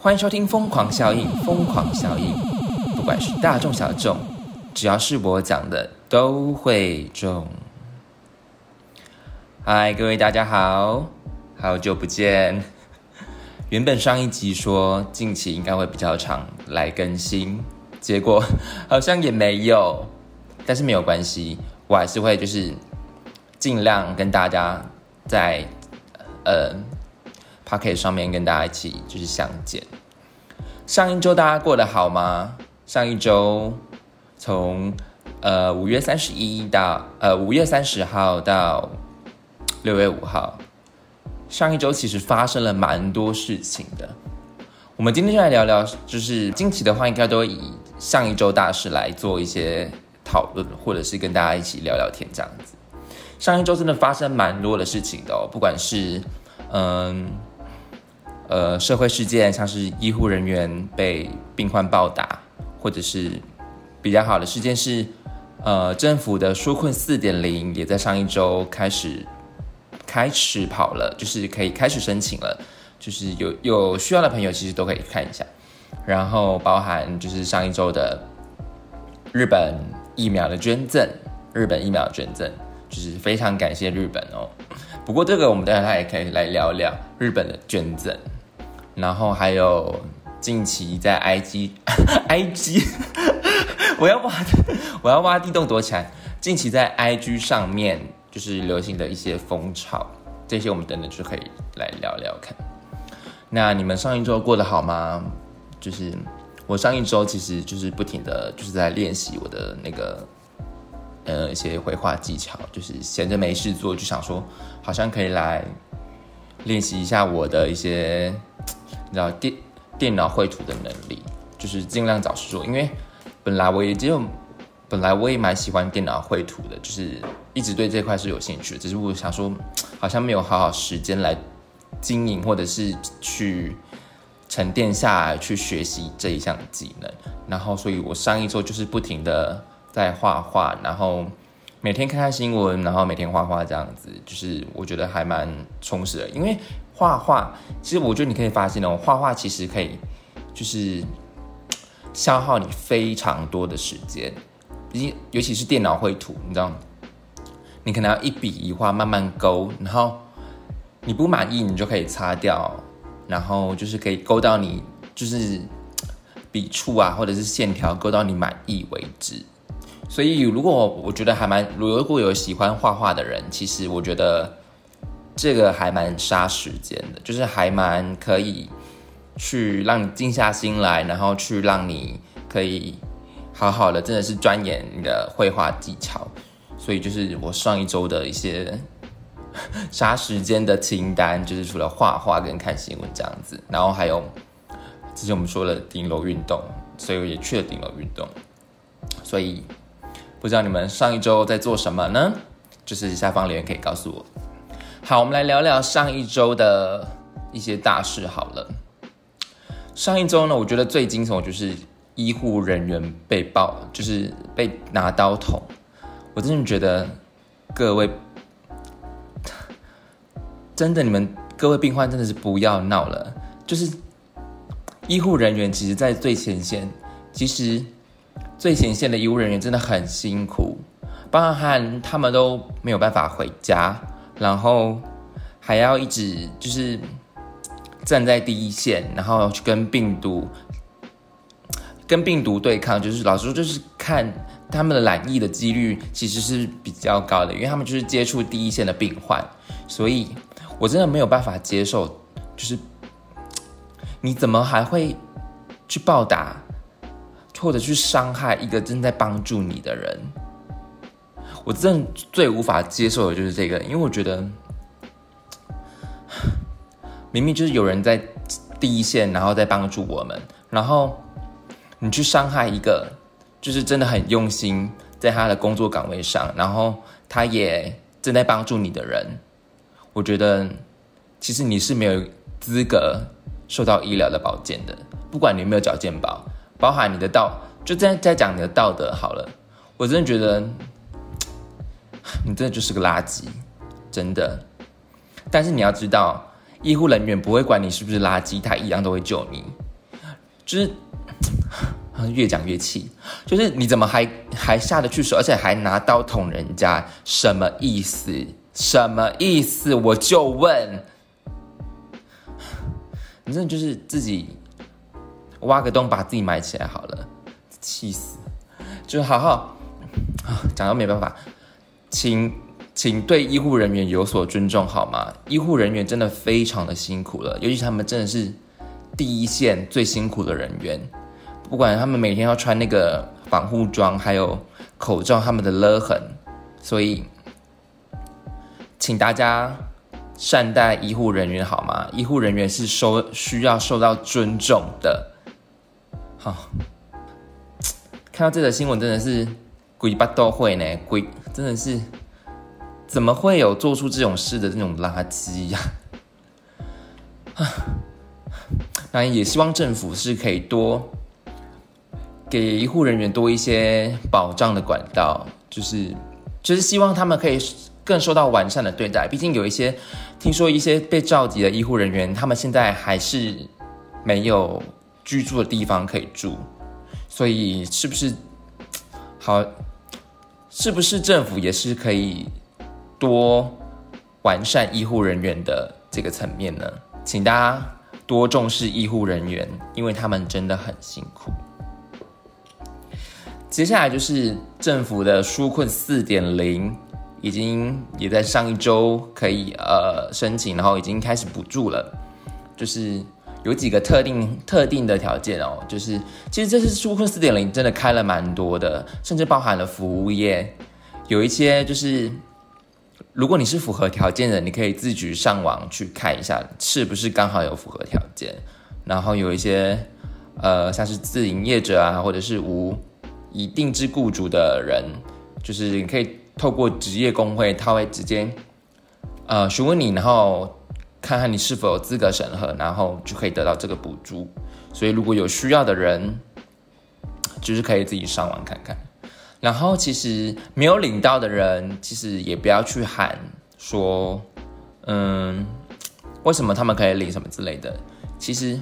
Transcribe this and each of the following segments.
欢迎收听《疯狂效应》，疯狂效应，不管是大众小众，只要是我讲的都会中。嗨，各位大家好，好久不见。原本上一集说近期应该会比较常来更新，结果好像也没有，但是没有关系，我还是会就是尽量跟大家在Podcast 上面跟大家一起就是相见。上一周大家过得好吗？上一周从5月31到5月30号到6月5号，上一周其实发生了蛮多事情的。我们今天就来聊聊，就是近期的话，应该都以上一周大事来做一些讨论，或者是跟大家一起聊聊天这样子。上一周真的发生蛮多的事情的哦，不管是社会事件，像是医护人员被病患暴打，或者是比较好的事件是政府的纾困 4.0 也在上一周开始跑了，就是可以开始申请了，就是有需要的朋友其实都可以看一下。然后包含就是上一周的日本疫苗的捐赠，就是非常感谢日本哦。不过这个我们等一下也可以来聊聊日本的捐赠。然后还有近期在 IG 我要挖地洞躲起来。近期在 IG 上面就是流行的一些风潮，这些我们等等就可以来聊聊看。那你们上一周过得好吗？就是我上一周其实就是不停的就是在练习我的那个一些绘画技巧，就是闲着没事做，就想说好像可以来练习一下我的一些你知道电脑绘图的能力，就是尽量找事做。因为本来我也蛮喜欢电脑绘图的，就是一直对这块是有兴趣的，只是我想说好像没有好好时间来经营，或者是去沉淀下来去学习这一项技能。然后所以我上一周就是不停的在画画，然后每天看看新闻，然后每天画画这样子，就是我觉得还蛮充实的。因为画画其实我觉得你可以发现哦，画画其实可以就是消耗你非常多的时间，尤其是电脑绘图，你知道吗？你可能要一笔一画慢慢勾，然后你不满意你就可以擦掉，然后就是可以勾到你就是笔触啊或者是线条勾到你满意为止。所以如果我觉得如果有喜欢画画的人，其实我觉得这个还蛮杀时间的，就是还蛮可以去让你静下心来，然后去让你可以好好的真的是钻研你的绘画技巧。所以就是我上一周的一些杀时间的清单，就是除了画画跟看新闻这样子，然后还有之前我们说的顶楼运动，所以我也去了顶楼运动。所以不知道你们上一周在做什么呢？就是下方留言可以告诉我。好，我们来聊聊上一周的一些大事好了。上一周呢，我觉得最惊悚就是医护人员就是被拿刀捅。我真的觉得各位各位病患真的是不要闹了。就是医护人员其实在最前线，其实最前线的医护人员真的很辛苦，包含他们都没有办法回家，然后还要一直就是站在第一线，然后去跟病毒对抗。就是老实说，就是看他们的染疫的几率其实是比较高的，因为他们就是接触第一线的病患。所以我真的没有办法接受，就是你怎么还会去暴打或者去伤害一个正在帮助你的人。我真的最无法接受的就是这个，因为我觉得明明就是有人在第一线，然后在帮助我们，然后你去伤害一个就是真的很用心在他的工作岗位上，然后他也正在帮助你的人，我觉得其实你是没有资格受到医疗的保健的。不管你有没有缴健保，包含你的就在讲你的道德好了，我真的觉得你真的就是个垃圾，真的。但是你要知道，医护人员不会管你是不是垃圾，他一样都会救你。 就是越讲越气，就是你怎么还下得去手，而且还拿刀捅人家，什么意思？什么意思？我就问，你真的就是自己挖个洞把自己埋起来好了，气死！就好好讲到没办法，请对医护人员有所尊重好吗？医护人员真的非常的辛苦了，尤其他们真的是第一线最辛苦的人员，不管他们每天要穿那个防护装，还有口罩，他们的勒痕，所以请大家善待医护人员好吗？医护人员是需要受到尊重的。好，看到这则新闻真的是鬼巴都会呢，真的是怎么会有做出这种事的这种垃圾呀？那也希望政府是可以多给医护人员多一些保障的管道，就是希望他们可以更受到完善的对待。毕竟听说一些被召集的医护人员，他们现在还是没有居住的地方可以住，所以是不是政府也是可以多完善医护人员的这个层面呢？请大家多重视医护人员，因为他们真的很辛苦。接下来就是政府的纾困 4.0 也在上一周可以申请，然后已经开始补助了，就是有几个特定的条件哦，就是其实这次纾困 4.0 真的开了蛮多的，甚至包含了服务业，有一些就是如果你是符合条件的，你可以自己上网去看一下是不是刚好有符合条件，然后有一些像是自营业者啊，或者是无以定制雇主的人，就是你可以透过职业工会，他会直接询问你，然后看看你是否有资格审核，然后就可以得到这个补助。所以如果有需要的人，就是可以自己上网看看。然后其实没有领到的人，其实也不要去喊说为什么他们可以领什么之类的。其实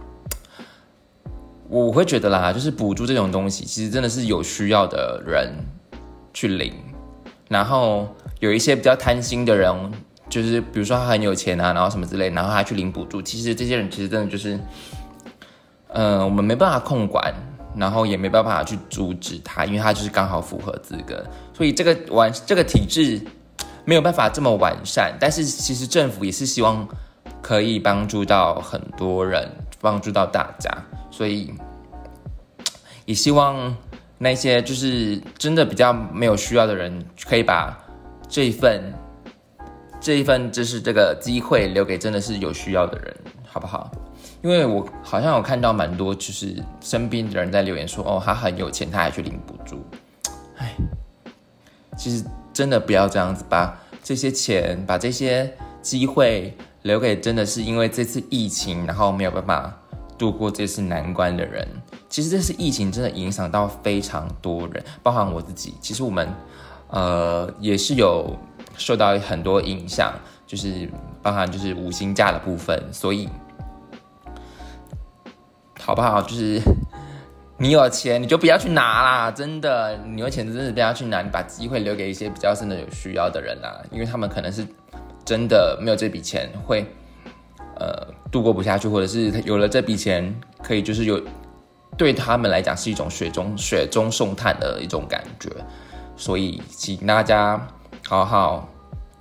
我会觉得啦，就是补助这种东西，其实真的是有需要的人去领。然后有一些比较贪心的人，就是比如说他很有钱啊，然后什么之类，然后他去领补助，其实这些人其实真的就是我们没办法控管，然后也没办法去阻止他，因为他就是刚好符合资格，所以这个体制没有办法这么完善。但是其实政府也是希望可以帮助到很多人，帮助到大家，所以也希望那些就是真的比较没有需要的人，可以把这一份就是这个机会留给真的是有需要的人，好不好？因为我好像有看到蛮多就是身边的人在留言说，他很有钱，他还去领补助。其实真的不要这样子，把这些钱，把这些机会留给真的是因为这次疫情，然后没有办法度过这次难关的人。其实这次疫情真的影响到非常多人，包含我自己。其实我们也是有受到很多影响，就是包含就是无薪假的部分。所以好不好？就是你有钱你就不要去拿啦，真的，你有钱真的不要去拿，你把机会留给一些比较真的有需要的人啦，因为他们可能是真的没有这笔钱，会度过不下去，或者是有了这笔钱，可以就是对他们来讲是一种雪中送炭的一种感觉。所以请大家好好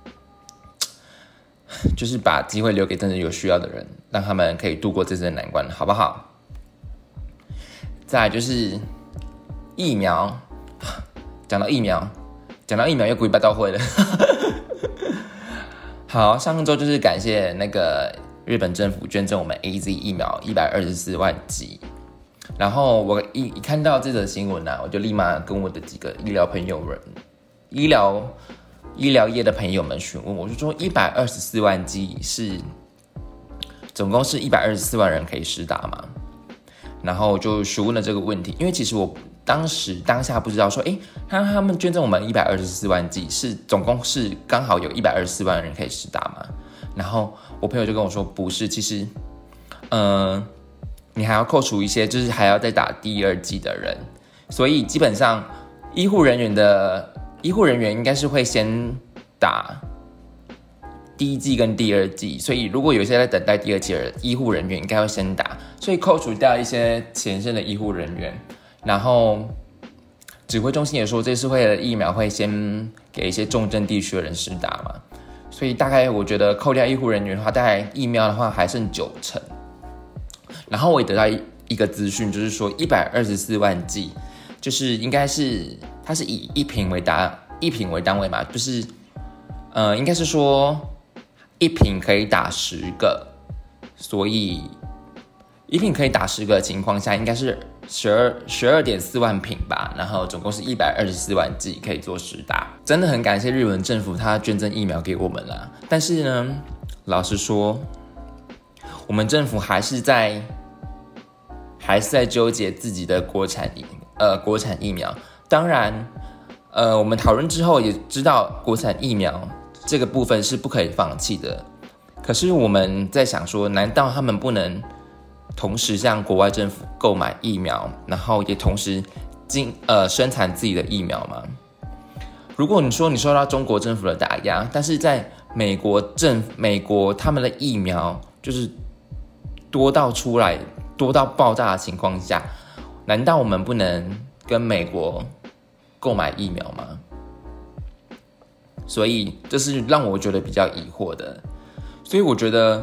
就是把机会留给真的有需要的人，让他们可以度过这次的难关，好不好？再来就是疫苗，讲到疫苗又鬼八道会了。好，上周就是感谢那个日本政府捐赠我们 AZ 疫苗124万剂，然后我一看到这则新闻我就立马跟我的几个医疗业的朋友们询问，我就说124万剂总共是124万人可以施打吗？然后就询问了这个问题，因为其实我当下不知道说，他们捐赠我们124万剂总共是刚好有124万人可以施打嘛？然后我朋友就跟我说不是，其实你还要扣除一些就是还要再打第二剂的人，所以基本上医护人员应该是会先打第一剂跟第二剂，所以如果有些在等待第二剂的医护人员应该会先打，所以扣除掉一些前线的医护人员，然后指挥中心也说这次会的疫苗会先给一些重症地区的人施打嘛，所以大概我觉得扣掉医护人员的话，大概疫苗的话还剩90%。然后我也得到一个资讯，就是说124万剂，就是应该是它是以一瓶为单位嘛，就是应该是说一瓶可以打10个，所以一瓶可以打10个的情况下，应该是12.4万瓶吧，然后总共是124万剂可以做施打。真的很感谢日本政府，他捐赠疫苗给我们啦。但是呢，老实说，我们政府还是在纠结自己的国产疫苗。当然，我们讨论之后也知道国产疫苗这个部分是不可以放弃的。可是我们在想说，难道他们不能同时向国外政府购买疫苗，然后也同时生产自己的疫苗吗？如果你说你受到中国政府的打压，但是在美国他们的疫苗就是多到爆炸的情况下，难道我们不能跟美国购买疫苗吗？所以这是让我觉得比较疑惑的。所以我觉得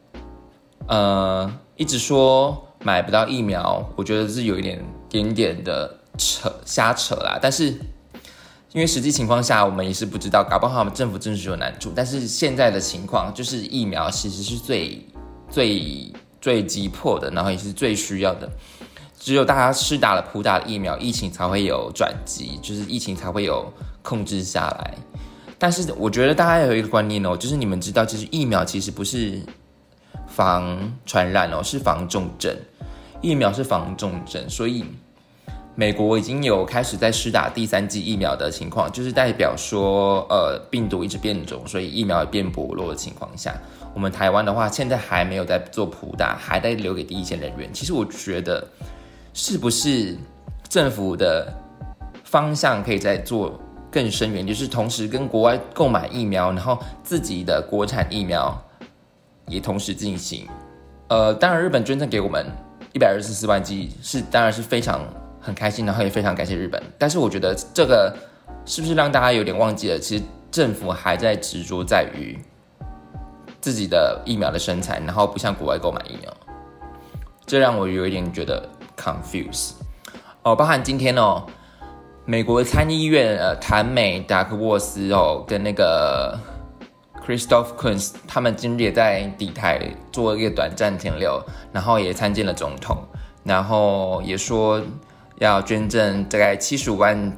一直说买不到疫苗，我觉得是有一点点的瞎扯啦。但是因为实际情况下我们也是不知道，搞不好我们政府真是有难处。但是现在的情况就是疫苗其实是最急迫的，然后也是最需要的。只有大家施打了普打的疫苗，疫情才会有转机，就是疫情才会有控制下来。但是我觉得大家有一个观念就是你们知道，其实疫苗其实不是防传染是防重症，疫苗是防重症，所以美国已经有开始在施打第3剂疫苗的情况，就是代表说病毒一直变种，所以疫苗也变薄弱的情况下，我们台湾的话现在还没有在做普打，还在留给第一线人员。其实我觉得是不是政府的方向可以再做更深远，就是同时跟国外购买疫苗，然后自己的国产疫苗也同时进行。当然日本捐赠给我们124万剂当然是很开心，然后也非常感谢日本。但是我觉得这个是不是让大家有点忘记了，其实政府还在执着在于自己的疫苗的生产，然后不向国外购买疫苗，这让我有一点觉得 confuse。包含今天美国参议院谭美达克沃斯跟那个 Christopher Coons 他们今日也在抵台做一个短暂停留，然后也参见了总统，然后也说要捐赠大概75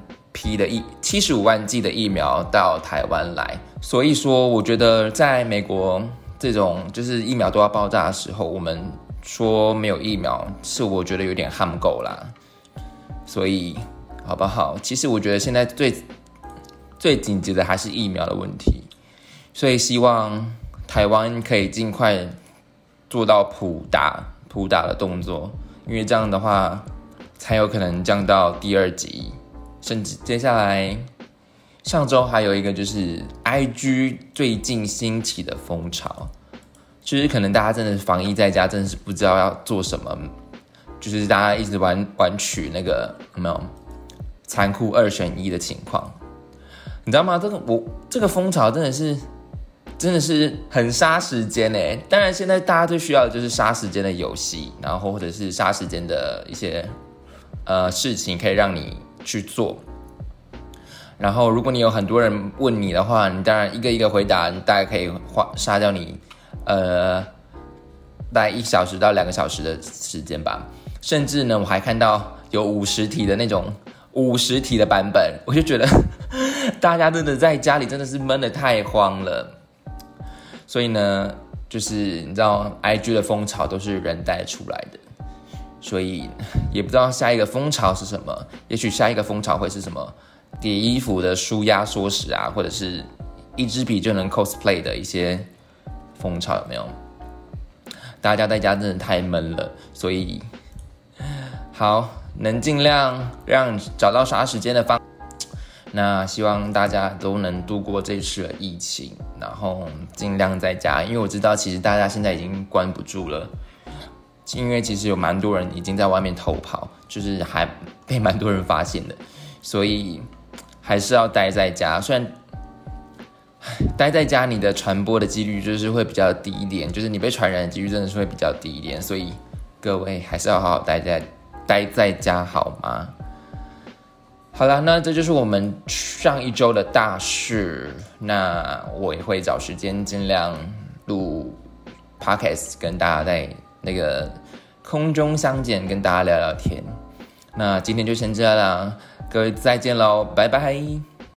万剂的疫苗到台湾来。所以说我觉得在美国这种就是疫苗都要爆炸的时候，我们说没有疫苗是我觉得有点ham够啦。所以好不好？其实我觉得现在最紧急的还是疫苗的问题，所以希望台湾可以尽快做到普打的动作，因为这样的话才有可能降到第2级，甚至接下来上周还有一个就是 IG 最近兴起的风潮，就是可能大家真的防疫在家，真的是不知道要做什么，就是大家一直玩取那个有没有残酷2选1的情况，你知道吗？这个风潮真的是很杀时间耶。当然现在大家最需要的就是杀时间的游戏，然后或者是杀时间的一些事情可以让你去做。然后如果你有很多人问你的话，你当然一个一个回答，你大概可以杀掉你大概1小时到2个小时的时间吧。甚至呢，我还看到有50题的那种50题的版本，我就觉得大家真的在家里真的是闷得太慌了。所以呢，就是你知道 IG 的风潮都是人带出来的，所以也不知道下一个风潮是什么。也许下一个风潮会是什么叠衣服的舒压缩时啊，或者是一支笔就能 cosplay 的一些风潮，有没有？ 大家在家真的太闷了，所以好，能尽量让找到杀时间的方法。那希望大家都能度过这次的疫情，然后尽量在家，因为我知道其实大家现在已经关不住了，因为其实有蛮多人已经在外面偷跑，就是还被蛮多人发现的，所以还是要待在家。虽然待在家，你的传播的几率就是会比较低一点，就是你被传染的几率真的是会比较低一点，所以各位还是要好好待在家，好吗？好啦，那这就是我们上一周的大事。那我也会找时间尽量录 podcast， 跟大家在那个空中相见，跟大家聊聊天。那今天就先这样啦，各位再见喽，拜拜。